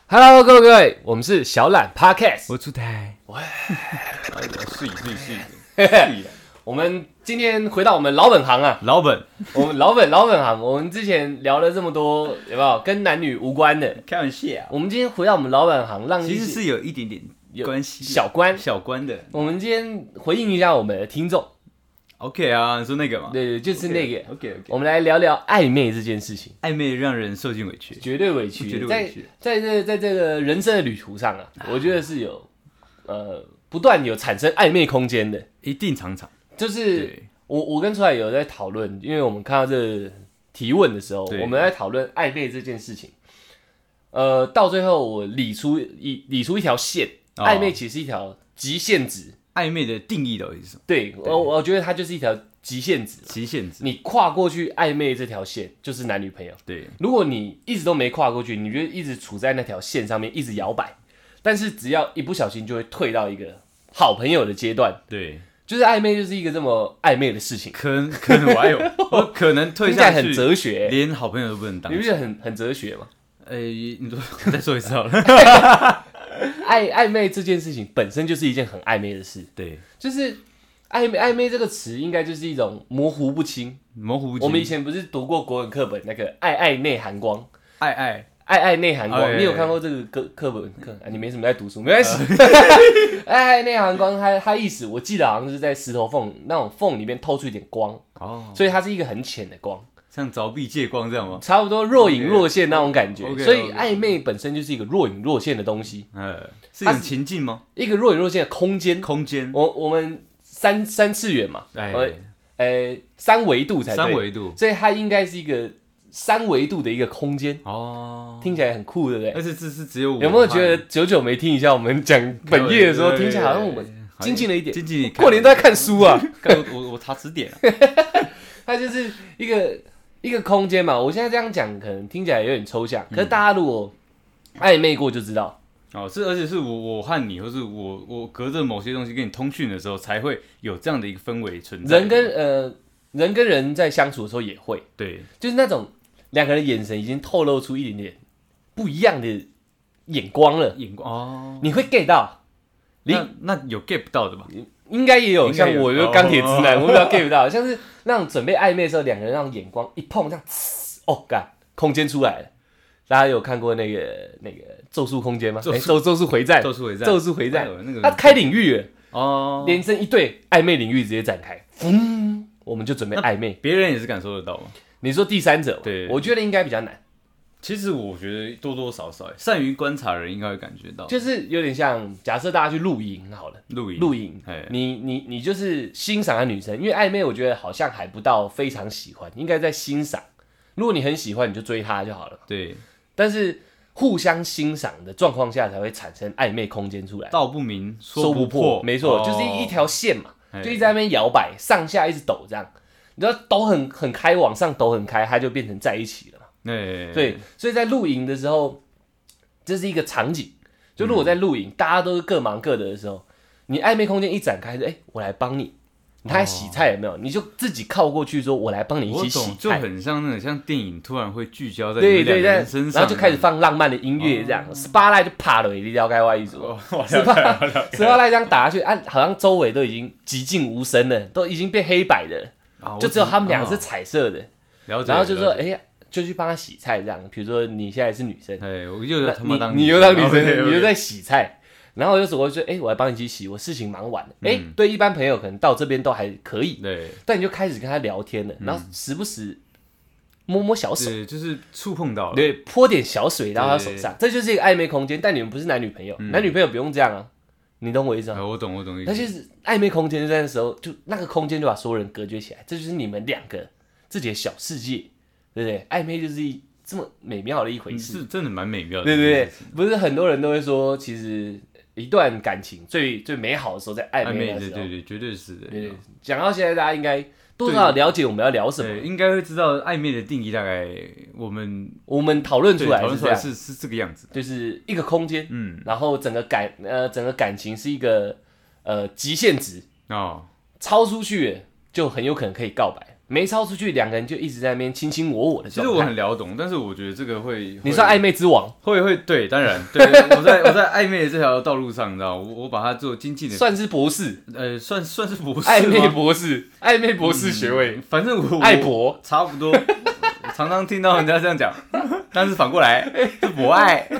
Hello， 各位，我们是小懒 Podcast， 我出台， 喂， 睡我们今天回到我们老本行啊， 老本， 我们老本行，我们之前聊了这么多，有没有跟男女无关的？ 开玩笑啊， 我们今天回到我们老本行，让其实是有一点点关系， 小关的。 我们今天回应一下我们的听众。 OK 啊，你说那个嘛？ 对，就是那个。 OK， 我们来聊聊暧昧这件事情。 暧昧让人受尽委屈， 绝对委屈。 绝对委屈。 在这个人生的旅途上啊，我觉得是有不断有产生暧昧空间的， 一定常常。 就是我跟出来有在讨论，因为我们看到这个提问的时候，我们在讨论暧昧这件事情。到最后我理出一条线，暧昧其实是一条极限值。 暧昧的定义到底是什么？ 对，我觉得它就是一条极限值。 极限值， 你跨过去暧昧这条线，就是男女朋友。 对， 如果你一直都没跨过去，你就一直处在那条线上面，一直摇摆。但是只要一不小心，就会退到一个好朋友的阶段。 对， 就是暧昧就是一个这么暧昧的事情。 可能我还有，我可能退下去， 很哲学， 连好朋友都不能当。 你不觉得很哲学吗？ 你再说一次好了。 暧昧这件事情本身就是一件很暧昧的事。 对， 就是暧昧这个词应该就是一种模糊不清。我们以前不是读过国文课本那个爱内含光，爱内含光，你有看过这个课本？你没什么在读书，没关系。爱内含光，它意思我记得好像是在石头缝那种缝里面透出一点光，所以它是一个很浅的光。 像凿壁借光这样吗？ 差不多若隐若现那种感觉，所以暧昧本身就是一个若隐若现的东西。 是一种情境吗？ 一个若隐若现的空间。我们三次元嘛，三维度才对。 三维度， 所以它应该是一个三维度的一个空间。听起来很酷，对不对？ 而且这是只有我。 有没有觉得久没听一下我们讲本业的时候，听起来好像我们精进了一点？过年都在看书啊， 我查词典啊。 它就是一个空间嘛，我现在这样讲可能听起来有点抽象，可是大家如果暧昧过就知道。 而且是我和你，或是我隔着某些东西跟你通讯的时候，才会有这样的一个氛围存在。 人跟人在相处的时候也会， 对， 就是那种两个人眼神已经透露出一点点不一样的眼光了。你会 get 到？ 那有 get 不到的吧？ 应该也有，像我就钢铁直男，我比较 get 不到，像是那种准备暧昧的时候，两个人那种眼光一碰，这样，干，空间出来了。大家有看过那个咒术空间吗？咒术回战，他开领域了，连声一对，暧昧领域直接展开，我们就准备暧昧。 别人也是感受得到吗？ 你说第三者， 对， 我觉得应该比较难。 其实我觉得多多少少，善于观察的人应该会感觉到， 就是有点像假设大家去露营好了，露营，你就是欣赏的女生，因为暧昧我觉得好像还不到非常喜欢，应该在欣赏。如果你很喜欢，你就追她就好了。 对， 但是互相欣赏的状况下才会产生暧昧空间出来。 道不明，说不破， 没错，就是一条线嘛，就一直在那边摇摆，上下一直抖这样，你知道抖很开，往上抖很开，它就变成在一起了。对，所以在露营的时候，这是一个场景。就如果在露营，大家都是各忙各的时候，你暧昧空间一展开，我来帮你。他在洗菜有没有？你就自己靠过去说，我来帮你一起洗菜。 就很像那种像电影突然会聚焦在你们两个人身上， 然后就开始放浪漫的音乐，这样，spotlight 就啪了，你了解我意思吗？spotlight 这样打下去，好像周围都已经寂静无声了，都已经变黑白的了，就只有他们俩是彩色的。然后就说，就去帮他洗菜这样。比如说你现在是女生， 我又他妈当你又当女生，你就在洗菜。然后我就走过去说，我来帮你一起洗，我事情忙完了。对一般朋友可能到这边都还可以， 对， 但你就开始跟他聊天了，然后时不时摸摸小手， 就是触碰到了， 对，泼点小水到他手上，这就是一个暧昧空间。但你们不是男女朋友，男女朋友不用这样啊，你懂我意思吗？ 我懂意思。 那就是暧昧空间就在那时候，就那个空间就把所有人隔绝起来，这就是你们两个自己的小世界，对不对？暧昧就是这么美妙的一回事， 是真的蛮美妙的， 对不对？不是很多人都会说，其实一段感情最美好的时候在暧昧的时候， 对，绝对是的。 对，讲到现在，大家应该多少了解我们要聊什么， 应该会知道暧昧的定义。大概我们讨论出来是这个样子， 就是一个空间，然后整个感情是一个极限值超出去就很有可能可以告白。 没超出去，两个人就一直在那边卿卿我我的状态。 其实我很了懂，但是我觉得这个会， 你算暧昧之王， 会对，当然对，我在暧昧的这条道路上，你知道，我把它做精进的， 算是博士， 算是博士， 暧昧博士，暧昧博士学位， 反正我爱博差不多，常常听到人家这样讲，但是反过来是博爱，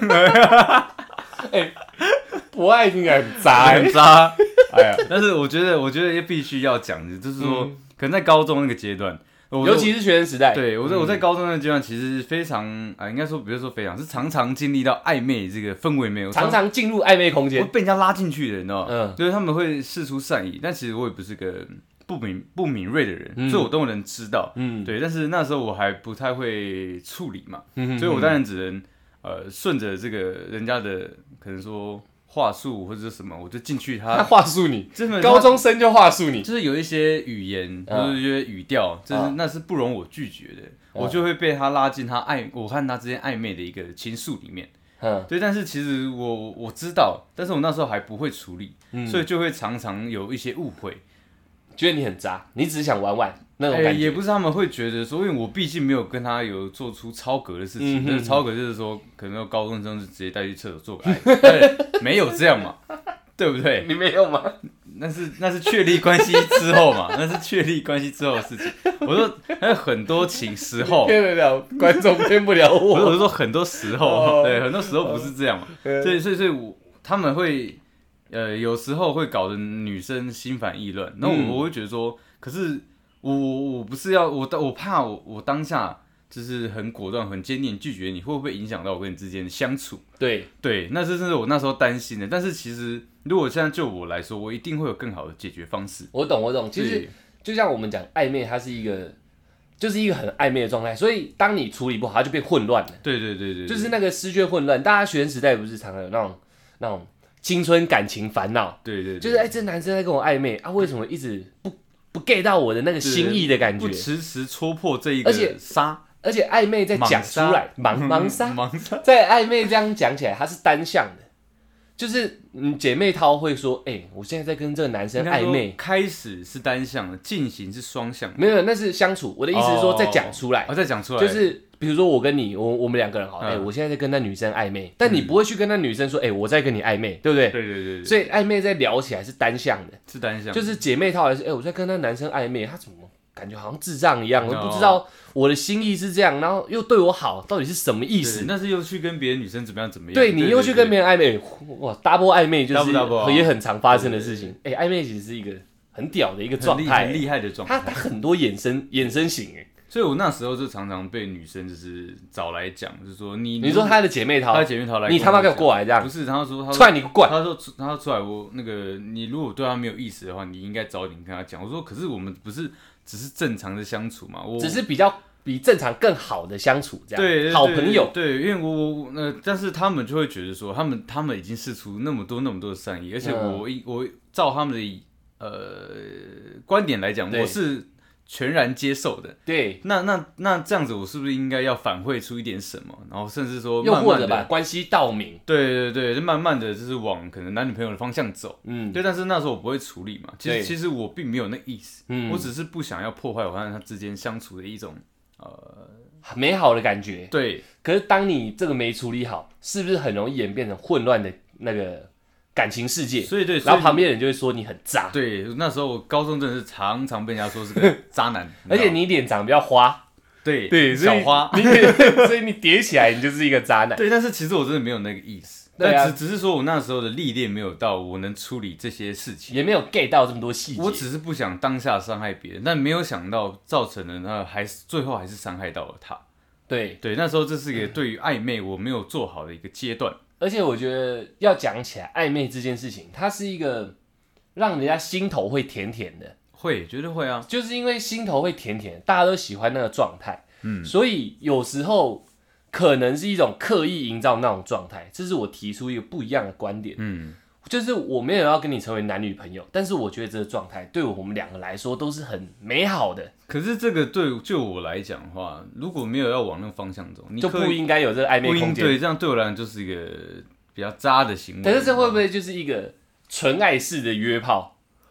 博爱听起来很渣， 很渣，哎呀，但是我觉得也必须要讲的，就是说，可能在高中那个阶段。 尤其是学生时代， 对我在高中那个阶段，其实非常应该说不是说非常，是常常经历到暧昧这个氛围没有， 常常进入暧昧空间， 会被人家拉进去的，你知道吗？就是他们会释出善意，但其实我也不是个不敏锐的人，所以我都能知道，对。但是那时候我还不太会处理嘛，所以我当然只能顺着这个人家的可能说话术或者是什么，我就进去他话术你，高中生就话术你， 就是有一些语言或者一些语调，那是不容我拒绝的，我就会被他拉进我和他之间暧昧的一个情愫里面。对，但是其实我知道，但是我那时候还不会处理，所以就会常常有一些误会， 觉得你很渣，你只是想玩玩那种感觉。 也不是他们会觉得说，因为我毕竟没有跟他有做出超格的事情，但是超格就是说，可能高中生就直接带去厕所做个爱，没有这样嘛，对不对？ 你没有吗？ 那是确立关系之后嘛，那是确立关系之后的事情。我说还有很多时候骗得了观众，骗不了我。 我是说很多时候，对，很多时候不是这样嘛。所以他们会有时候会搞得女生心烦意乱。那我会觉得说，可是我不是要我怕我当下就是很果断、很坚定拒绝你，会不会影响到我跟你之间的相处？对，那这是我那时候担心的。但是其实如果现在就我来说，我一定会有更好的解决方式。 我懂。其实就像我们讲暧昧，它是一个很暧昧的状态，所以当你处理不好，它就变混乱了。 对， 就是那个失去混乱。大家学生时代不是常常有那种青春感情烦恼？ 对， 就是这男生在跟我暧昧啊，为什么一直不 get 到我的那个心意的感觉？ 不迟迟戳破这一个纱。 而且暧昧在讲出来，盲杀，在暧昧这样讲起来，它是单向的，就是姐妹淘会说，我现在在跟这个男生暧昧， 开始是单向的，进行是双向的， 没有，那是相处。我的意思是说，再讲出来， 再讲出来， 就是比如说我跟你，我们两个人好，我现在在跟那女生暧昧，但你不会去跟那女生说，我在跟你暧昧，对不对？ 对。 所以暧昧在聊起来是单向的，就是姐妹淘还是我在跟那男生暧昧，他怎么感觉好像智障一样，我不知道我的心意是这样，然后又对我好，到底是什么意思？ 但是又去跟别的女生怎么样？ 对，你又去跟别人暧昧，哇 ，double 暧昧就是也很常发生的事情。暧昧其实是一个很屌的一个状态， 很厉害的状态， 它很多衍生型所以我那时候就常常被女生就是找来讲，就是说你说她的姐妹淘， 来， 你他妈给我过来这样？ 不是，他说出来你过来， 他说出来我那个你如果对他没有意思的话，你应该早点跟他讲。我说可是我们不是只是正常的相处嘛， 只是比正常更好的相处这样， 对， 好朋友。 对，因为我但是他们就会觉得说，他们已经释出那么多的善意，而且我照他们的观点来讲，我是全然接受的。 对， 那这样子，我是不是应该要反馈出一点什么？然后甚至说， 又或者把关系道明。 对，就慢慢的就是往可能男女朋友的方向走。对，但是那时候我不会处理嘛。其实我并没有那意思，我只是不想要破坏我和他之间相处的一种美好的感觉。 对， 可是当你这个没处理好，是不是很容易演变成混乱的那个感情世界？ 所以然后旁边人就会说你很渣。 对，那时候我高中真的是常常被人家说是个渣男， 而且你脸长得比较花。对， 小花， 所以你叠起来，你就是一个渣男。 对，但是其实我真的没有那个意思。但只是说我那时候的历练没有到我能处理这些事情， 也没有 get 到这么多细节。 我只是不想当下伤害别人，但没有想到造成了最后还是伤害到了他。对，那时候这是一个对于暧昧我没有做好的一个阶段。 而且我觉得要讲起来，暧昧这件事情，它是一个让人家心头会甜甜的。 会，绝对会啊！ 就是因为心头会甜甜，大家都喜欢那个状态，所以有时候可能是一种刻意营造那种状态。这是我提出一个不一样的观点，就是我没有要跟你成为男女朋友，但是我觉得这个状态对我们两个来说都是很美好的。 可是这个就我来讲的话，如果没有要往那个方向走，你就不应该有这个暧昧空间。 对，这样对我来讲就是一个比较渣的行为。 可是这会不会就是一个纯爱式的约炮？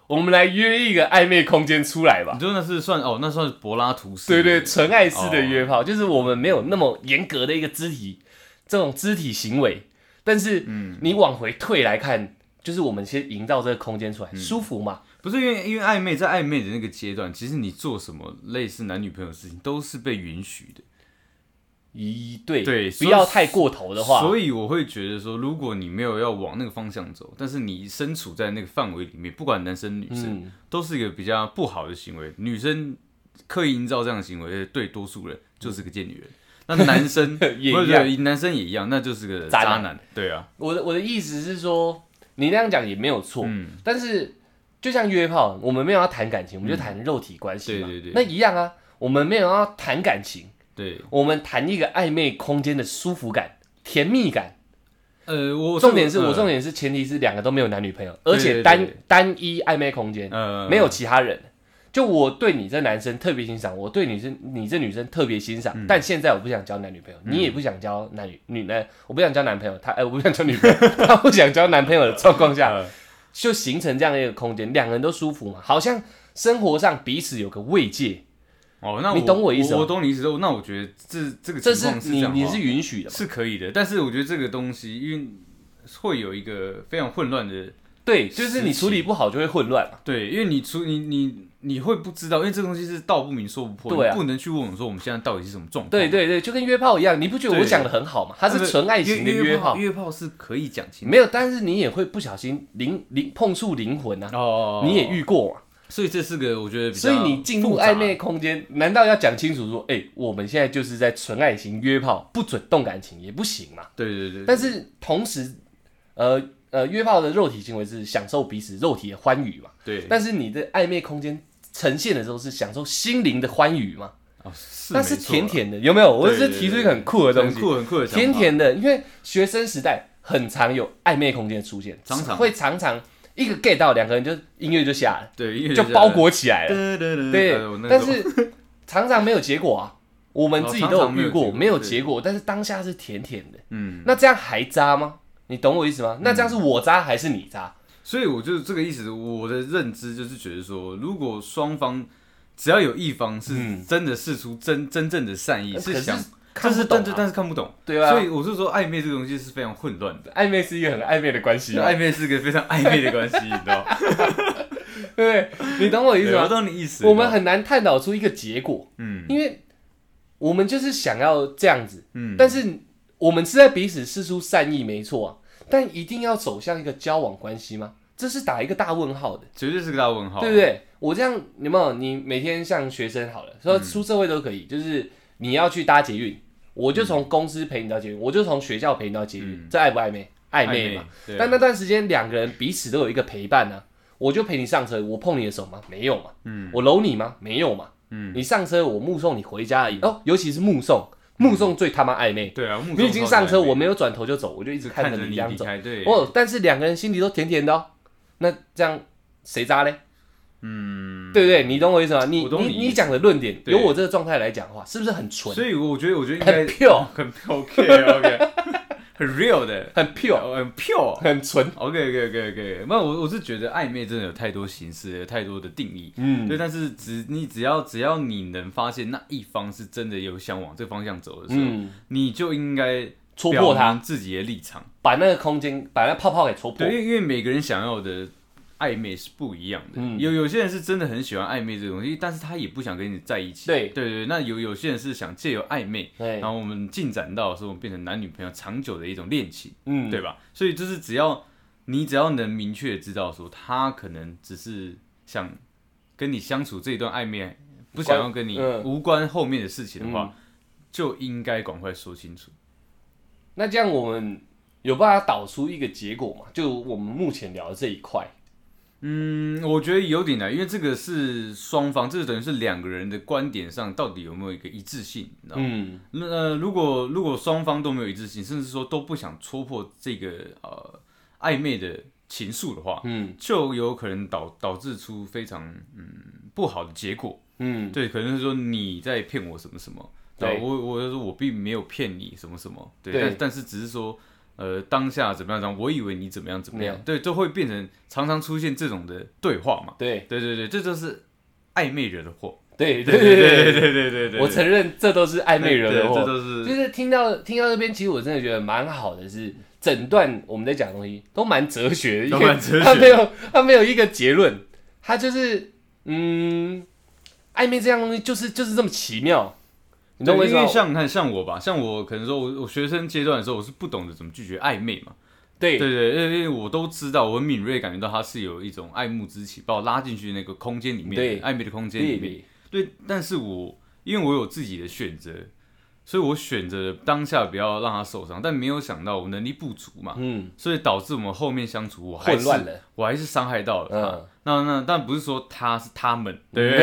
我们来约一个暧昧空间出来吧。 你说那是算那算是柏拉图式， 对，纯爱式的约炮，就是我们没有那么严格的一个这种肢体行为，但是你往回退来看，就是我们先营造这个空间出来，舒服嘛。 不是因为暧昧，在暧昧的那个阶段，其实你做什么类似男女朋友的事情都是被允许的。 对，不要太过头的话。 所以我会觉得说，如果你没有要往那个方向走，但是你身处在那个范围里面，不管男生女生，都是一个比较不好的行为。女生刻意营造这样的行为，对多数人就是个贱女人。那男生也一样， 男生也一样，那就是个渣男。对啊， 我的意思是说，你那样讲也没有错，但是就像约炮，我们没有要谈感情，我们就谈肉体关系嘛。对，那一样啊，我们没有要谈感情。 对， 我们谈一个暧昧空间的舒服感、甜蜜感。 重点是前提是两个都没有男女朋友，而且单一暧昧空间，没有其他人。就我对你这男生特别欣赏，我对你这女生特别欣赏，但现在我不想交男女朋友，你也不想交我不想交男朋友，我不想交女朋友，他不想交男朋友的状况下，就形成这样一个空间，两个人都舒服嘛，好像生活上彼此有个慰藉。 那你懂我意思吗？ 我懂你意思。那我觉得这个情况是这样， 你是允许的， 是可以的。但是我觉得这个东西，因为会有一个非常混乱的， 对，就是你处理不好就会混乱嘛。 对，因为你会不知道，因为这个东西是道不明说不破， 对啊， 你不能去问我说我们现在到底是什么状况。 对，就跟约炮一样，你不觉得我讲的很好吗？它是纯爱型的约炮， 约炮是可以讲清楚， 没有，但是你也会不小心碰触灵魂啊。你也遇过嘛？ 所以这是个我觉得比较， 所以你进入暧昧空间，难道要讲清楚说，我们现在就是在纯爱型约炮，不准动感情也不行嘛？ 对。 但是同时，约炮的肉体行为是享受彼此肉体的欢愉嘛？ 对。 但是你的暧昧空间呈现的时候是享受心灵的欢愉嘛？那是甜甜的，有没有？我是提出一个很酷的东西， 很酷的想法， 甜甜的，因为学生时代很常有暧昧空间出现，常常。一个 get 到，两个人就音乐就下了， 对， 就包裹起来了，对。但是常常没有结果啊，我们自己都有遇过，没有结果，但是当下是甜甜的，那这样还渣吗？你懂我意思吗？那这样是我渣还是你渣？ 所以我就这个意思，我的认知就是觉得说，如果双方只要有一方是真的释出真正的善意，是想。但是看不懂， 对啊， 所以我是说，暧昧这个东西是非常混乱的。 暧昧是一个很暧昧的关系， 暧昧是一个非常暧昧的关系，你知道？ 对，你懂我意思吗？ 我懂你意思。 我们很难探讨出一个结果，因为我们就是想要这样子，但是我们是在彼此释出善意，没错啊，但一定要走向一个交往关系吗？这是打一个大问号的， 绝对是个大问号， 对不对？我这样有没有？你每天像学生好了，说出社会都可以，就是你要去搭捷运。我就从公司陪你到捷运，我就从学校陪你到捷运，这暧不暧昧？暧昧嘛。但那段时间两个人彼此都有一个陪伴啊，我就陪你上车，我碰你的手吗？没有嘛。我搂你吗？没有嘛。你上车，我目送你回家而已。尤其是目送最他妈暧昧。 对啊， 你已经上车，我没有转头就走，我就一直看着你这样走。 对。 但是两个人心里都甜甜的哦。那这样谁渣嘞？对不对？你懂我意思吗？你讲的论点，由我这个状态来讲的话，是不是很纯？ 所以我觉得应该很 pure， 很 OK， 很 real 的， 很 pure， 很纯。 OK。那我是觉得暧昧真的有太多形式，有太多的定义。对。但是只要你能发现那一方是真的有想往这个方向走的时候，你就应该戳破他自己的立场， 把那个空间，把那泡泡给戳破。 对，因为每个人想要的暧昧是不一样的，有些人是真的很喜欢暧昧这个东西，但是他也不想跟你在一起。对，那有些人是想借由暧昧，然后我们进展到说变成男女朋友长久的一种恋情，对吧？所以就是只要能明确的知道说他可能只是想跟你相处这一段暧昧，不想要跟你无关后面的事情的话，就应该赶快说清楚。 那这样我们有办法导出一个结果吗？就我们目前聊的这一块。 我觉得有点难，因为这个是双方，这等于是两个人的观点上到底有没有一个一致性，你知道吗？如果双方都没有一致性，甚至说都不想戳破这个暧昧的情愫的话，就有可能导致出非常不好的结果。对，可能是说你在骗我什么什么，对，我就说我并没有骗你什么什么，对，但是只是说当下怎么样？我以为你怎么样怎么样？对，就会变成常常出现这种的对话嘛。 对， 这就是暧昧惹的祸。 对，我承认这都是暧昧惹的祸。就是听到这边，其实我真的觉得蛮好的，是整段我们在讲的东西都蛮哲学的，因为他没有一个结论，他就是暧昧这样东西就是这么奇妙。你懂我意思吗？ 因为像我吧，像我可能说我学生阶段的时候，我是不懂得怎么拒绝暧昧嘛。对，因为我都知道，我很敏锐感觉到他是有一种爱慕之情，把我拉进去那个空间里面，暧昧的空间里面。对，但是因为我有自己的选择，所以我选择当下不要让他受伤，但没有想到我能力不足嘛，所以导致我们后面相处混乱了， 我还是伤害到了他。那但不是说他是他们，对，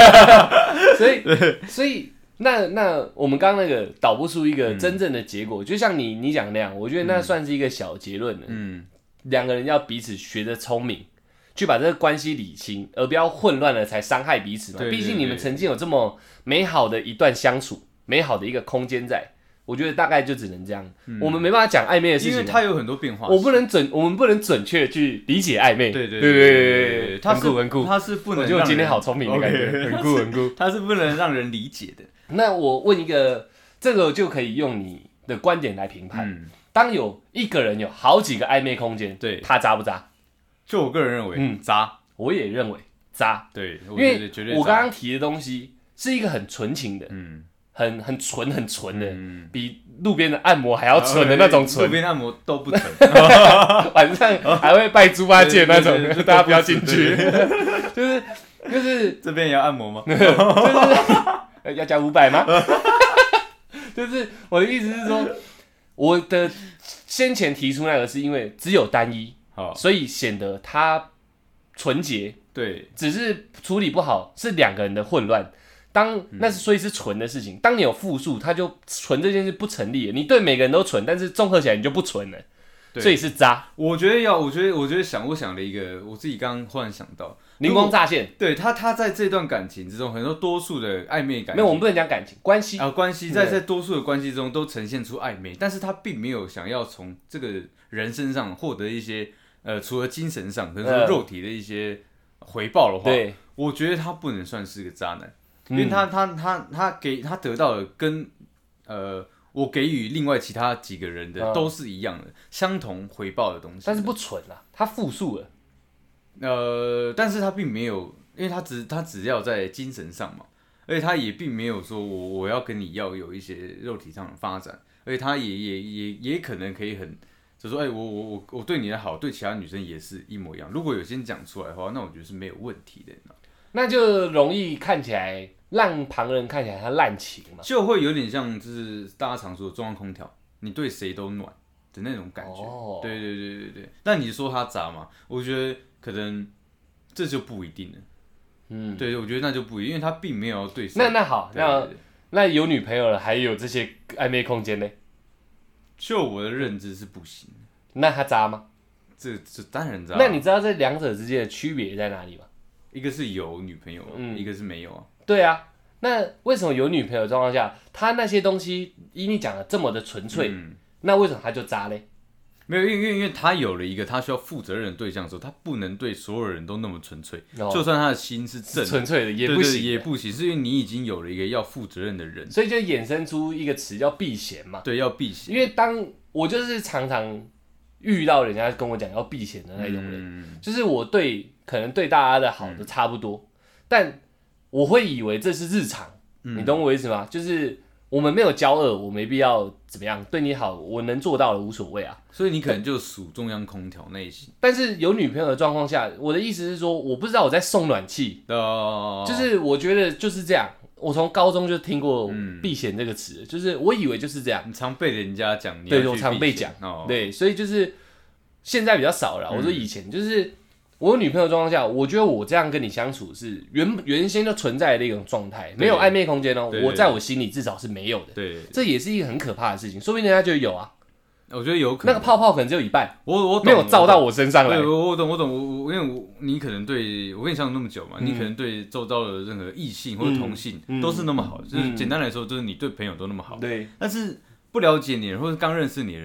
所以。那我们刚刚那个导不出一个真正的结果，就像你讲那样，我觉得那算是一个小结论了。两个人要彼此学得聪明，去把这个关系理清，而不要混乱了才伤害彼此嘛。毕竟你们曾经有这么美好的一段相处，美好的一个空间在。我觉得大概就只能这样，我们没办法讲暧昧的事情，因为它有很多变化。 我们不能准确的去理解暧昧。 对， 很酷， 它是不能。 我觉得我今天好聪明的感觉，很酷。 它是不能让人理解的。 那我问一个，这个就可以用你的观点来评判。当有一个人有好几个暧昧空间，对，他渣不渣？ 就我个人认为，渣。 我也认为渣。 对， 因为我刚刚提的东西是一个很纯情的，很纯的，比路边的按摩还要纯的那种纯。 路边按摩都不纯， 晚上还会拜猪八戒那种，大家不要进去。就是这边也要按摩吗？ 就是要加500吗？就是我的意思是说，我的先前提出那个是因为只有单一，所以显得它纯洁。 对， 只是处理不好，是两个人的混乱。所以是纯的事情。当你有复数，它就纯这件事不成立了。你对每个人都纯，但是综合起来你就不纯了，所以是渣。 我觉得我想了一个，我自己刚刚忽然想到， 灵光乍现。 对他在这段感情之中，很多数的暧昧感情， 没有，我们不能讲感情，关系关系在多数的关系中都呈现出暧昧，但是他并没有想要从这个人身上获得一些除了精神上，可能说肉体的一些回报的话，我觉得他不能算是个渣男。因为他得到的跟我给予另外其他几个人的都是一样的，相同回报的东西， 但是不纯啦，他复数了。但是他并没有，因为他只要在精神上嘛，而且他也并没有说我要跟你要有一些肉体上的发展，而且他也可能可以就说我对你的好，对其他女生也是一模一样。如果有先讲出来的话，那我觉得是没有问题的。 那就容易看起来让旁人看起来他滥情嘛， 就会有点像就是大家常说的中央空调，你对谁都暖的那种感觉。对。但你说他渣嘛，我觉得可能这就不一定了。对，我觉得那就不一定，因为他并没有对谁。 那好，那有女朋友了，还有这些暧昧空间呢？ 就我的认知是不行。 那他渣吗？ 这当然渣。 那你知道这两者之间的区别在哪里吗？ 一个是有女朋友，一个是没有啊。 对啊，那为什么有女朋友的状况下，他那些东西依你讲的这么的纯粹，那为什么他就渣嘞？ 没有，因为他有了一个他需要负责任的对象的时候，他不能对所有人都那么纯粹。就算他的心是正纯粹的，也不行， 也不行，是因为你已经有了一个要负责任的人， 所以就衍生出一个词叫避嫌嘛。 对，要避嫌。 因为当我就是常常遇到人家跟我讲要避嫌的那种人，就是我可能对大家的好都差不多，但我会以为这是日常，你懂我意思吗？就是我们没有交恶，我没必要怎么样对你好，我能做到的无所谓啊。 所以你可能就属中央空调类型。 但是有女朋友的状况下，我的意思是说，我不知道我在送暖气，就是我觉得就是这样。我从高中就听过避嫌这个词，就是我以为就是这样。 你常被人家讲， 对，我常被讲，对，所以就是现在比较少了。我说以前就是我有女朋友的状况下，我觉得我这样跟你相处是原先就存在的一种状态，没有暧昧空间哦。我在我心里至少是没有的。对，这也是一个很可怕的事情，说不定人家就有啊。 我觉得有可能， 那个泡泡可能只有一半， 我没有照到我身上来。 我懂，因为你可能对我跟你相处那么久嘛，你可能对周遭的任何异性或者同性都是那么好，就是简单来说，就是你对朋友都那么好。对，但是不了解你的人或者刚认识你的人，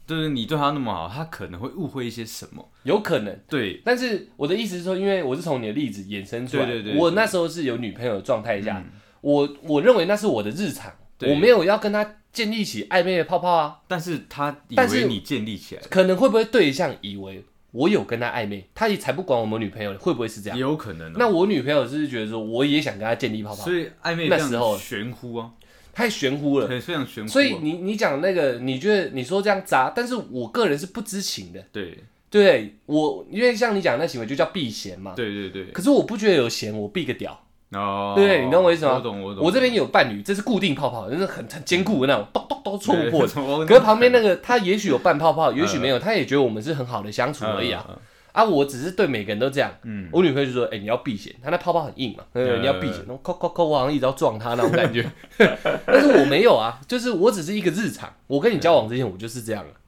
就是你对他那么好，他可能会误会一些什么， 有可能。 对， 但是我的意思是说，因为我是从你的例子衍生出来， 对， 我那时候是有女朋友的状态下，我认为那是我的日常，我没有要跟他建立起暧昧的泡泡啊。 但是他以为你建立起来， 可能会不会对象以为我有跟他暧昧，他也才不管我们女朋友，会不会是这样？ 也有可能、 那我女朋友是觉得说，我也想跟他建立泡泡， 所以暧昧那时候玄乎啊。 太玄乎了， 对，非常玄乎。 所以你讲那个，你觉得你说这样渣，但是我个人是不知情的。 对， 我因为像你讲的那行为就叫避嫌嘛。 对。 可是我不觉得有嫌，我避个屌。 哦， 对，你懂我意思吗？ 我懂。 我这边有伴侣，这是固定泡泡，真是很坚固的那种，都戳不破的。可是旁边那个他也许有半泡泡，也许没有，他也觉得我们是很好的相处而已啊。我只是对每个人都这样。我女朋友就说：“你要避嫌，他那泡泡很硬嘛，你要避嫌。”扣，我好像一直要撞他那种感觉。但是我没有啊，就是我只是一个日常。我跟你交往之前，我就是这样了。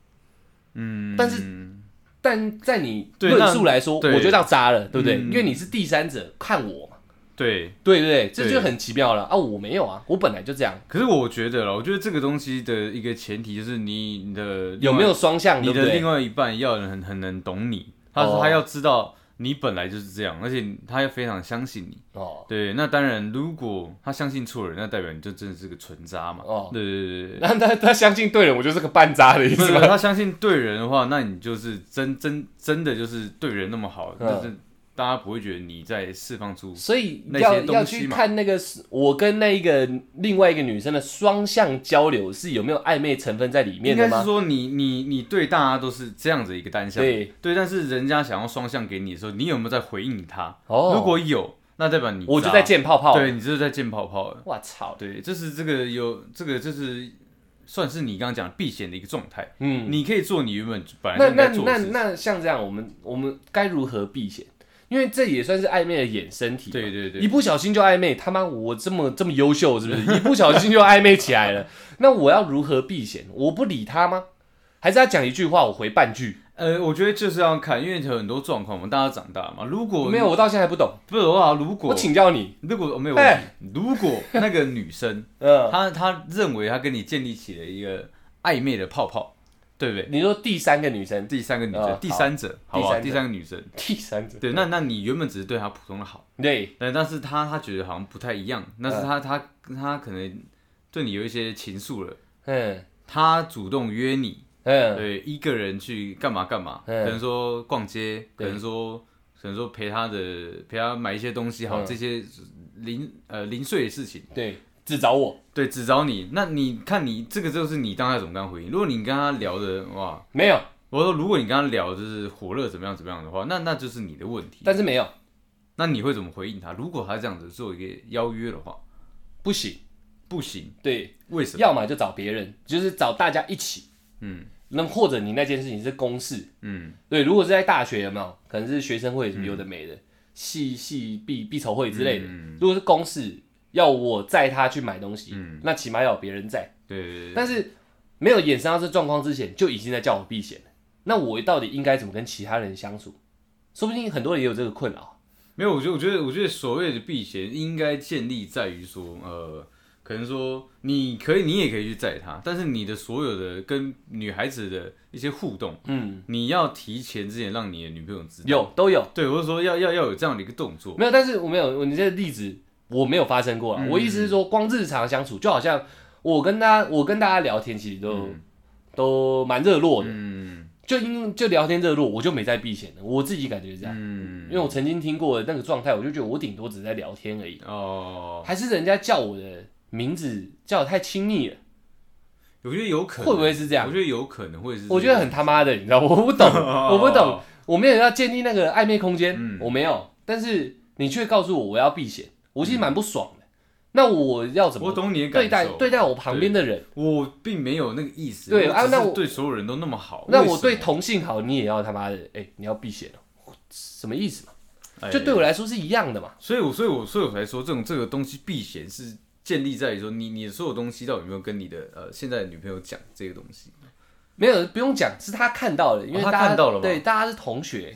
但在你论述来说，我就到渣了，对不对？因为你是第三者看我嘛。对，这就很奇妙了啊！我没有啊，我本来就这样。 可是我觉得这个东西的一个前提就是你的有没有双向， 你的另外一半要很能懂你。他要知道你本来就是这样，而且他要非常相信你。对，那当然，如果他相信错人，那代表你就真的是个纯渣嘛。对。 那他相信对人，我就是个半渣的意思吗？ 他相信对人的话，那你就是真的就是对人那么好，就是大家不会觉得你在释放出所以那些东西嘛。 要去看那个我跟那个另外一个女生的双向交流是有没有暧昧成分在里面的吗？ 应该是说你对大家都是这样子一个单向，对，但是人家想要双向给你的时候，你有没有在回应他？如果有，那代表我就在见泡泡， 对，你就是在见泡泡了。 我操， 对，这是这个就是算是你刚刚讲的避嫌的一个状态。你可以做你原本本来就应该做的事情。 那像这样，我们该如何避嫌？因为这也算是暧昧的衍生体。 对， 一不小心就暧昧，他妈我这么优秀，是不是？一不小心就暧昧起来了，那我要如何避嫌？我不理他吗？还是他讲一句话，我回半句？ 我觉得就是要看，因为有很多状况，我们大家长大嘛。如果没有，我到现在还不懂。 不是的话，如果我请教你， 如果没有问题，如果那个女生，她认为她跟你建立起了一个暧昧的泡泡。对不对？ 你说第三个女生， 第三者，好不好？第三个女生，对，那你原本只是对她普通的好， 对， 但是她觉得好像不太一样，那是她可能对你有一些情愫了，她主动约你，对，一个人去干嘛，可能说逛街，可能说陪她买一些东西，好，这些零碎的事情， 对。只找我， 对，只找你。那你看你这个就是你当下怎么跟他回应？如果你跟他聊的哇， 没有。 我说如果你跟他聊就是火热怎么样的话，那就是你的问题。 但是没有， 那你会怎么回应他？如果他这样子做一个邀约的话， 不行。对， 为什么？ 要么就找别人，就是找大家一起。那或者你那件事情是公事。对，如果是在大学有没有？可能是学生会什么有的没的，系必筹会之类的。如果是公事。要我载他去买东西，那起码要有别人载。 对。 但是没有衍生到这状况之前，就已经在叫我避嫌了。那我到底应该怎么跟其他人相处？说不定很多人也有这个困扰。 没有，我觉得所谓的避嫌应该建立在于说，可能说你也可以去载他，但是你的所有的跟女孩子的一些互动，你要提前之前让你的女朋友知道。 都有。 对，我是说要有这样的一个动作。 没有，但是我没有，你这个例子。我没有发生过啦。我意思是说，光日常相处，就好像我跟大家聊天，其实都蛮热络的。就聊天热络，我就没在避嫌的。我自己感觉是这样。因为我曾经听过的那个状态，我就觉得我顶多只是在聊天而已。还是人家叫我的名字叫得太亲密了。 我觉得有可能。 会不会是这样？ 我觉得有可能会是。 我觉得很他妈的，你知道，我不懂，我没有要建立那个暧昧空间，我没有，但是。你却告诉我要避嫌，我其实蛮不爽的。那我要怎么？ 我懂你的感受。 对待我旁边的人， 我并没有那个意思。 对啊，那我对所有人都那么好。 那我对同性好，你也要他妈的，你要避嫌哦？什么意思嘛？就对我来说是一样的嘛。 所以我才说，这个东西避嫌是建立在于说，你的所有东西到底有没有跟你的现在的女朋友讲这个东西？ 没有，不用讲，是他看到了，因为他看到了嘛。 对，大家是同学。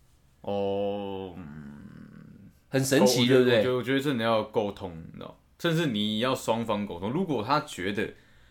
很神奇，对不对？ 我觉得真的要沟通，你知道，甚至你要双方沟通。如果他觉得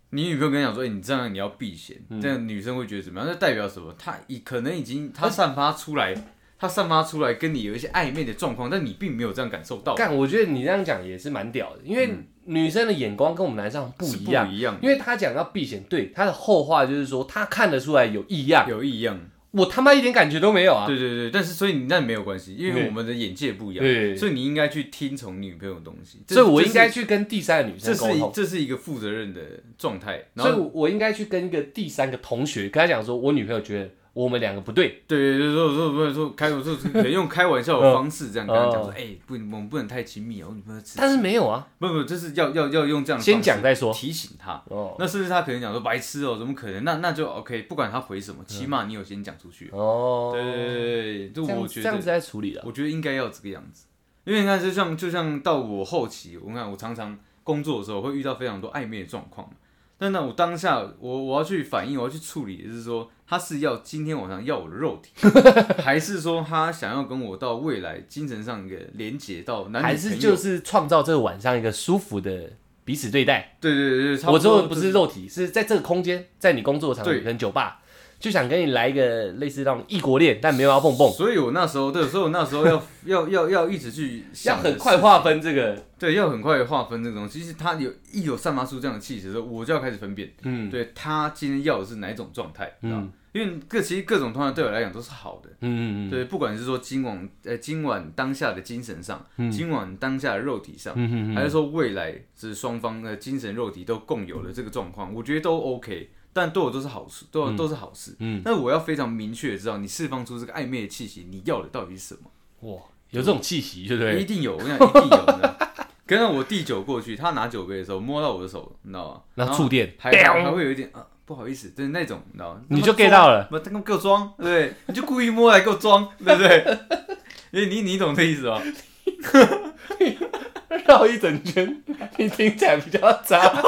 你女朋友跟你讲说，你这样你要避嫌，这样女生会觉得怎么样？那代表什么？她可能已经散发出来跟你有一些暧昧的状况，但你并没有这样感受到。 我觉得你这样讲也是蛮屌的，因为女生的眼光跟我们男生不一样，因为她讲要避嫌，对她的后话就是说她看得出来有异样，我他妈一点感觉都没有啊！ 对，但是所以那没有关系，因为我们的眼界不一样，所以你应该去听从女朋友的东西， 所以我应该去跟第三个女生沟通， 这是一个负责任的状态， 所以我应该去跟一个第三个同学跟他讲说，我女朋友觉得我们两个不对， 对，说可能用开玩笑的方式这样跟他讲说，我们不能太亲密哦，我女朋友吃， 但是没有啊， 不，就是要用这样的先讲再说， 提醒他，那甚至他可能讲说白痴哦，怎么可能？那就 OK， 不管他回什么，起码你有先讲出去，对，就我觉得这样子在处理了， 我觉得应该要这个样子，因为你看，就像到我后期，我常常工作的时候会遇到非常多暧昧的状况。但我当下我要去反应，我要去处理的是说，他是要今天晚上要我的肉体，还是说他想要跟我到未来精神上一个连结到男女朋友， 还是就是创造这个晚上一个舒服的彼此对待？ 对， 我说的不是肉体，是在这个空间，在你工作场所跟酒吧。就想跟你来一个类似那种异国恋，但没有要碰碰。 所以我那时候要一直去想， 要很快划分这个， 对，要很快划分这个东西。其实他有散发出这样的气质的时候，我就要开始分辨，对他今天要的是哪一种状态，因为其实各种状态对我来讲都是好的，对，不管是说今晚当下的精神上，今晚当下的肉体上，还是说未来是双方的精神肉体都共有的这个状况，我觉得都 OK。但对我都是好事，都是好事。但是我要非常明确的知道，你释放出这个暧昧的气息，你要的到底是什么？ 哇，有这种气息，对不对？ 一定有，我跟你讲，一定有。跟着我递酒过去，他拿酒杯的时候摸到我的手，你知道吗？ 然后触电， 还会有一点不好意思，就是那种，你知道吗？ 你就 get 到了， 他给我装，对不对？你就故意摸来给我装，对不对？你懂这意思吗？ 绕一整圈，你听起来比较渣。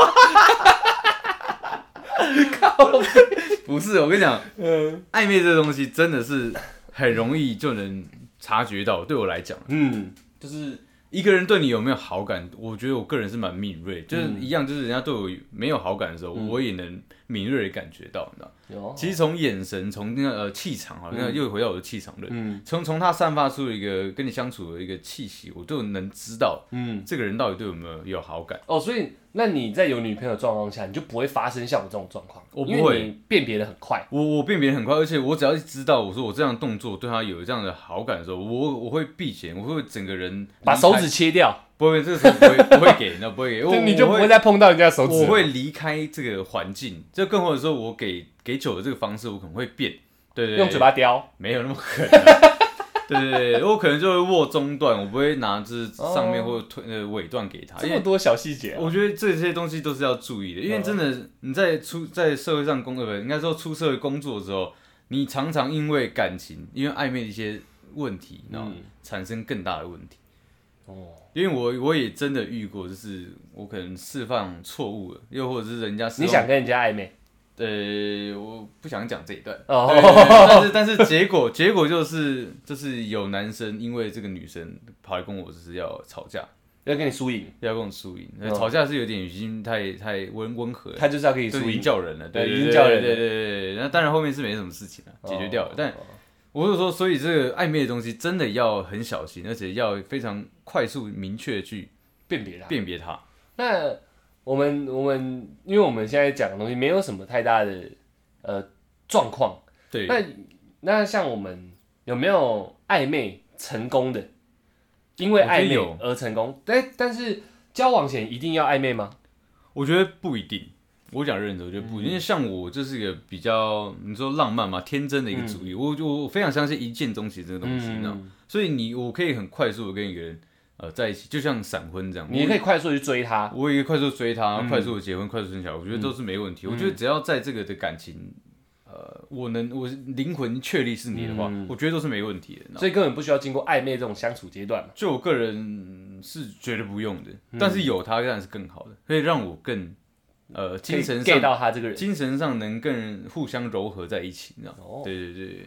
不是，我跟你讲，暧昧这东西真的是很容易就能察觉到。对我来讲，就是一个人对你有没有好感，我觉得我个人是蛮敏锐，就是一样，就是人家对我没有好感的时候，我也能敏锐的感觉到，你知道。其实从眼神，从那个气场，好像又回到我的气场论。从他散发出一个跟你相处的一个气息，我都能知道，这个人到底对我有好感。 所以那你在有女朋友的状况下，你就不会发生像我这种状况， 我不会， 因为你辨别的很快。 我辨别得很快，而且我只要知道，我说我这样的动作对他有这样的好感的时候，我会避嫌，我会整个人把手指切掉。 不会，这个时候不会给，不会给， 你就不会再碰到人家的手指。 我会离开这个环境，就更或者说，我给酒的这个方式，我可能会变，对， 用嘴巴叼， 没有那么狠。对，我可能就会握中段，我不会拿就是上面或尾段给他。 这么多小细节， 我觉得这些东西都是要注意的，因为真的你在社会上应该说出社会工作的时候，你常常因为感情，因为暧昧的一些问题，然后产生更大的问题。因为我也真的遇过，就是我可能释放错误了，又或者是人家你想跟人家暧昧， 我不想讲这一段，但是结果就是有男生因为这个女生跑来跟我就是要吵架， 要跟你输赢， 吵架是有点已经太温和了， 他就是要跟你输赢， 已经叫人了，对， 已经叫人了， 对，那当然后面是没什么事情了，解决掉了，但。我是说，所以这个暧昧的东西真的要很小心，而且要非常快速、明确的去辨别它。 那我们，因为我们现在讲的东西没有什么太大的状况， 对。 那像我们有没有暧昧成功的？因为暧昧而成功，但是交往前一定要暧昧吗？ 我觉得不一定。我讲认真，我觉得不，因为像我就是一个比较你说浪漫嘛，天真的一个主义，我非常相信一见钟情这个东西，你知道，所以我可以很快速的跟一个人在一起，就像闪婚这样， 你也可以快速去追他， 我也可以快速追他，快速的结婚，快速生小孩，我觉得都是没问题。我觉得只要在这个的感情，我灵魂确立是你的话，我觉得都是没问题的， 所以根本不需要经过暧昧这种相处阶段。 就我个人是觉得不用的，但是有他当然是更好的，可以让我更。精神上 get 到他这个人， 精神上能更互相柔合在一起，你知道吗？对。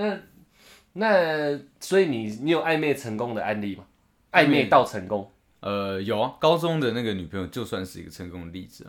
那，所以你有暧昧成功的案例吗？暧昧到成功？ 有啊，高中的那个女朋友就算是一个成功的例子啊。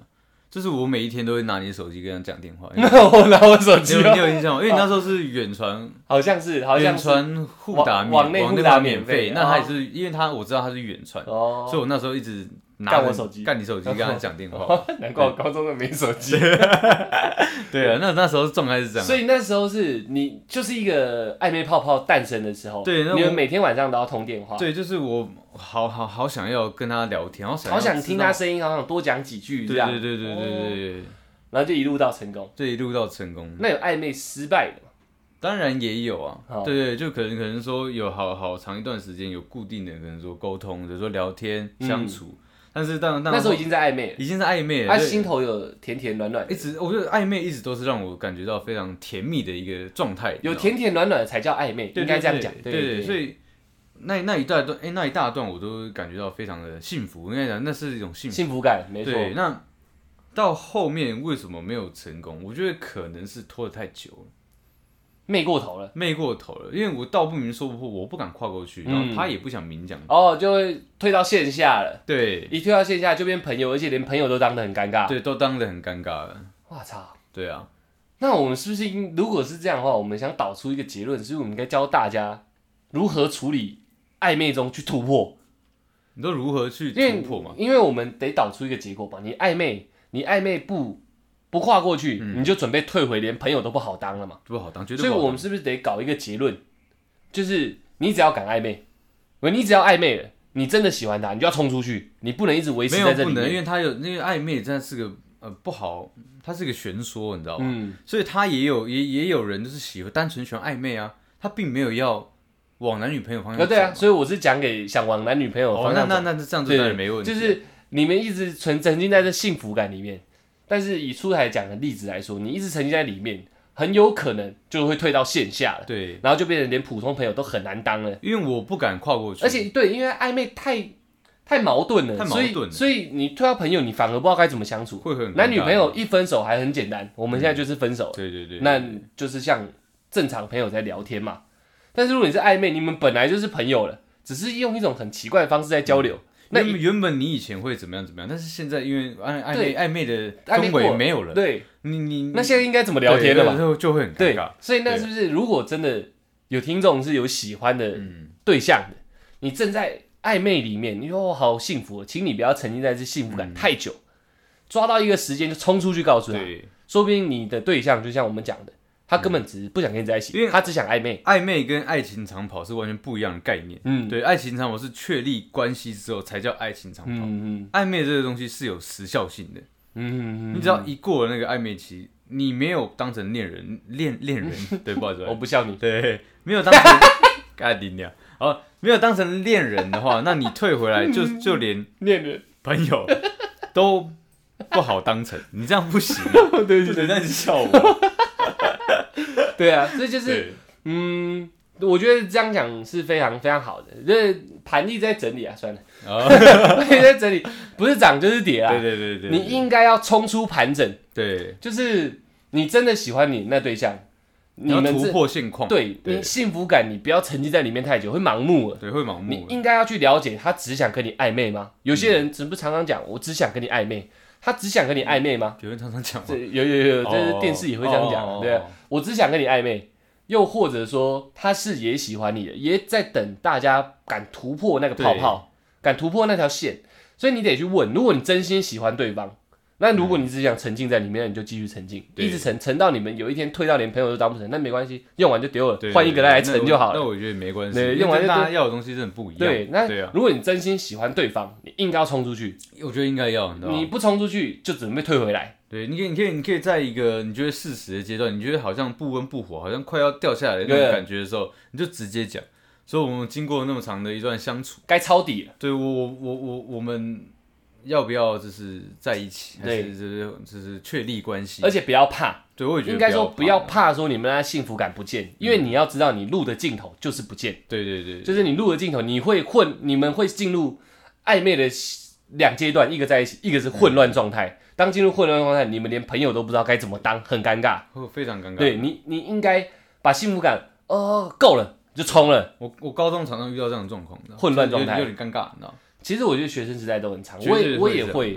就是我每一天都会拿你的手机跟他讲电话。 我拿我手机， 你有印象吗？因为你那时候是远传， 好像是远传互打网内互打免费。 那他也是，因为我知道他是远传，所以我那时候一直干我手机， 干你手机，跟他讲电话。 难怪我高中都没手机。 对啊，那时候状态是这样。 所以那时候是你就是一个暧昧泡泡诞生的时候， 对， 你们每天晚上都要通电话。 对，就是我好想要跟他聊天，好想听他声音，好想多讲几句这样。 对， 然后就一路到成功。 对，一路到成功。 那有暧昧失败的吗？ 当然也有啊，对，就可能说有好长一段时间有固定的，可能说沟通，比如说聊天相处。但是那时候已经在暧昧了， 已经在暧昧了。 他心头有甜甜暖暖， 我觉得暧昧一直都是让我感觉到非常甜蜜的一个状态。 有甜甜暖暖才叫暧昧，应该这样讲。 对，所以那一大段我都感觉到非常的幸福。应该讲那是一种幸福感，没错。 对，那到后面为什么没有成功？我觉得可能是拖得太久了。 昧过头了， 因为我道不明说不破，我不敢跨过去，然后他也不想明讲， 就会退到线下了。 对， 一退到线下就变朋友，而且连朋友都当得很尴尬。 对，都当得很尴尬了。 哇操！ 对啊， 那我们是不是如果是这样的话，我们想导出一个结论，是我们应该教大家如何处理暧昧中去突破？ 你说如何去突破嘛？ 因为我们得导出一个结果吧。你暧昧不跨过去，你就准备退回，连朋友都不好当了嘛？ 不好当，绝对不好当。所以我们是不是得搞一个结论，就是你只要敢暧昧，你只要暧昧了，你真的喜欢他，你就要冲出去，你不能一直维持在这里面。 不能，因为他有那个暧昧，真的是个不好，它是个悬说，你知道吗？所以他也有人就是单纯喜欢暧昧啊，他并没有要往男女朋友方向走。 对啊，所以我是讲给想往男女朋友方向走。 那这样子当然没问题。 就是你们一直沉浸在这幸福感里面。但是以出台讲的例子来说，你一直沉浸在里面，很有可能就会退到线下了。 对， 然后就变成连普通朋友都很难当了。 因为我不敢跨过去。 而且对，因为暧昧太矛盾了，所以你退到朋友，你反而不知道该怎么相处。 会很男女朋友一分手还很简单，我们现在就是分手了。 对， 那就是像正常朋友在聊天嘛。但是如果你是暧昧，你们本来就是朋友了，只是用一种很奇怪的方式在交流。 那原本你以前会怎么样，但是现在因为暧昧的氛围没有了， 对， 你那现在应该怎么聊天了嘛？ 就会很尴尬。 所以那是不是如果真的有听众是有喜欢的对象的，你正在暧昧里面，你说好幸福，请你不要沉浸在这幸福感太久，抓到一个时间就冲出去告诉他，说不定你的对象就像我们讲的。他根本只是不想跟你在一起，因为他只想暧昧。 暧昧跟爱情长跑是完全不一样的概念。对，爱情长跑是确立关系之后才叫爱情长跑。暧昧这个东西是有时效性的。你只要一过了那个暧昧期，你没有当成恋人，对，不好意思， 我不笑你。 对，没有当成干你娘。好，没有当成恋人的话，那你退回来就连恋人朋友都不好当成，你这样不行。 对， 那是笑我。 对啊，所以就是，我觉得这样讲是非常非常好的。就是盘一直在整理啊，算了，一直在整理，不是涨就是跌啊。 对， 你应该要冲出盘整。 对， 就是你真的喜欢你那对象， 你要突破现况。 对，你幸福感，你不要沉浸在里面太久，会盲目了。 对，会盲目。 你应该要去了解，他只想跟你暧昧吗？有些人不常常讲，我只想跟你暧昧。他只想跟你暧昧吗？ 有人常常讲吗？ 有，这电视也会这样讲，对啊。我只想跟你暧昧，又或者说他是也喜欢你的，也在等大家敢突破那个泡泡，敢突破那条线。所以你得去问，如果你真心喜欢对方，那如果你只想沉浸在里面，你就继续沉浸，一直沉到你们有一天退到连朋友都当不成，那没关系，用完就丢了，换一个来沉就好了。 那我觉得没关系， 对，用完就大家要的东西真的不一样。 对，那如果你真心喜欢对方，你应该要冲出去。 我觉得应该要， 你不冲出去就准备退回来。 对，你可以在一个你觉得适时的阶段，你觉得好像不温不火，好像快要掉下来的那种感觉的时候，你就直接讲。所以我们经过那么长的一段相处， 该抄底了。 对，我们要不要就是在一起，还是就是确立关系？ 而且不要怕。 对，我也觉得应该说不要怕说你们的幸福感不见，因为你要知道你路的尽头就是不见。 对， 就是你路的尽头，你们会进入暧昧的两阶段，一个在一起，一个是混乱状态。当进入混乱状态，你们连朋友都不知道该怎么当，很尴尬， 非常尴尬。 对你应该把幸福感够了就冲了。 我高中常常遇到这样的状况， 混乱状态有点尴尬，你知道。 其实我觉得学生时代都很长，我也会，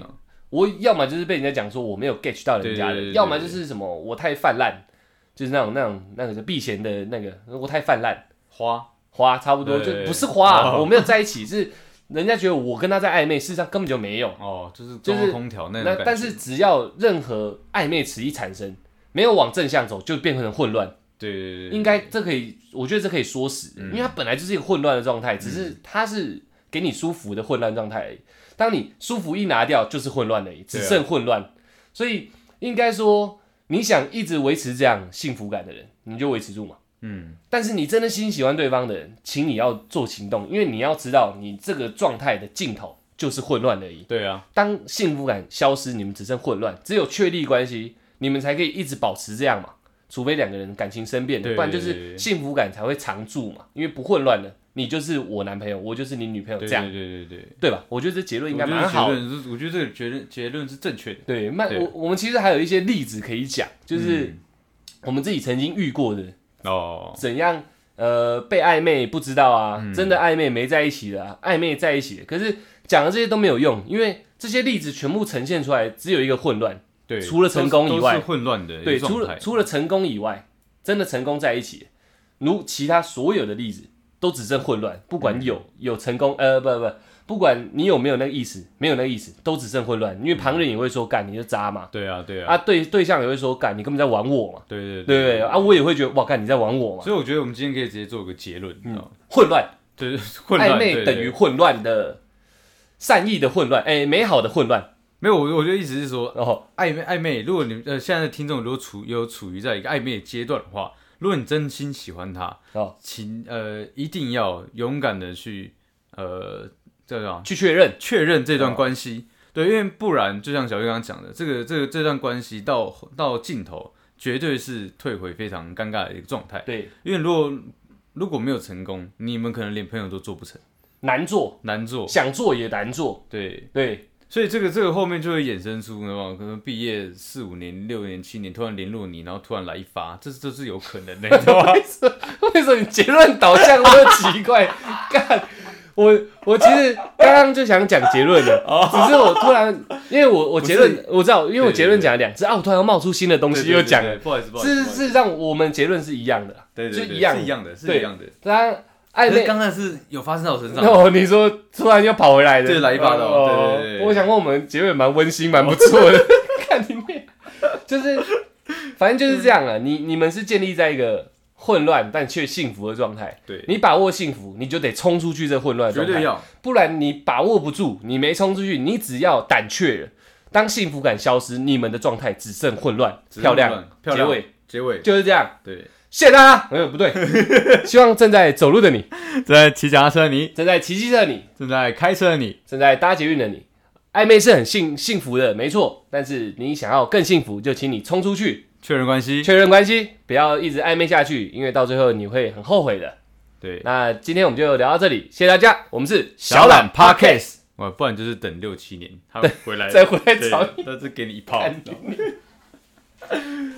我要么就是被人家讲说我没有 get 到人家的，要么就是什么我太泛滥，就是那个避嫌的那个我太泛滥，花差不多就不是花，我没有在一起，是人家觉得我跟他在暧昧，事实上根本就没有就是空调那种感觉。 但是只要任何暧昧词一产生，没有往正向走，就变成混乱。 对， 应该这可以，我觉得这可以说死，因为它本来就是一个混乱的状态，只是它是给你舒服的混乱状态而已。当你舒服一拿掉，就是混乱而已，只剩混乱。所以应该说，你想一直维持这样幸福感的人，你就维持住嘛。但是你真的心喜欢对方的人，请你要做行动，因为你要知道，你这个状态的尽头就是混乱而已。 对啊， 当幸福感消失，你们只剩混乱，只有确立关系，你们才可以一直保持这样嘛。除非两个人感情生变了，不然就是幸福感才会常驻嘛。因为不混乱了，你就是我男朋友，我就是你女朋友，这样对吧？我觉得这结论应该蛮好的。 我觉得这个结论是正确的。 对，我们其实还有一些例子可以讲，就是我们自己曾经遇过的怎样被暧昧不知道啊，真的暧昧没在一起的啊，暧昧在一起的，可是讲的这些都没有用，因为这些例子全部呈现出来只有一个混乱。 对， 除了成功以外， 都是混乱的。 对，除了成功以外，真的成功在一起，如其他所有的例子都只剩混乱。不管有成功，不管你有没有那个意思，没有那个意思，都只剩混乱。因为旁人也会说干你就渣嘛， 对啊， 对象也会说干你根本在玩我嘛， 对啊，我也会觉得哇干你在玩我嘛。 所以我觉得我们今天可以直接做个结论， 混乱， 对，混乱， 暧昧等于混乱的善意的混乱，美好的混乱。 没有，我觉得意思是说，暧昧，如果你现在的听众如果处于在一个暧昧的阶段的话，如果你真心喜欢他，请一定要勇敢的去去确认这段关系，对，因为不然就像小月刚刚讲的，这段关系到尽头，绝对是退回非常尴尬的一个状态。 对， 因为如果没有成功，你们可能连朋友都做不成， 难做，想做也难做。对。 所以这个后面就会衍生出可能毕业4、5年、6年、7年，突然联络你，然后突然来一发，这是有可能的，你知道吗？ 为什么你结论导向那么奇怪？干，我其实刚刚就想讲结论了，只是我突然，因为我结论我知道，因为我结论讲了2次啊，我突然要冒出新的东西又讲了， 不好意思， 事实上我们结论是一样的， 就一样的，是一样的。 暧昧刚才是有发生在我身上。 你说突然又跑回来的， 对，来一发的。对。 我想问我们结尾蛮温馨，蛮不错的。看里面，就是反正就是这样了。你们是建立在一个混乱但却幸福的状态。 对。 你把握幸福，你就得冲出去这混乱的状态。 绝对要。 不然你把握不住，你没冲出去，你只要胆怯了，当幸福感消失，你们的状态只剩混乱。漂亮。 结尾就是这样。 对。 谢谢大家。不对，希望正在走路的你， 正在骑脚踏车的你， 正在骑机车的你， 正在开车的你， 正在搭捷运的你，暧昧是很幸福的，没错。但是你想要更幸福，就请你冲出去， 确认关系， 不要一直暧昧下去，因为到最后你会很后悔的。 对， 那今天我们就聊到这里，谢谢大家。我们是小懒 Podcast， 不然就是等6、7年他回来再回来找你， 那就给你一炮。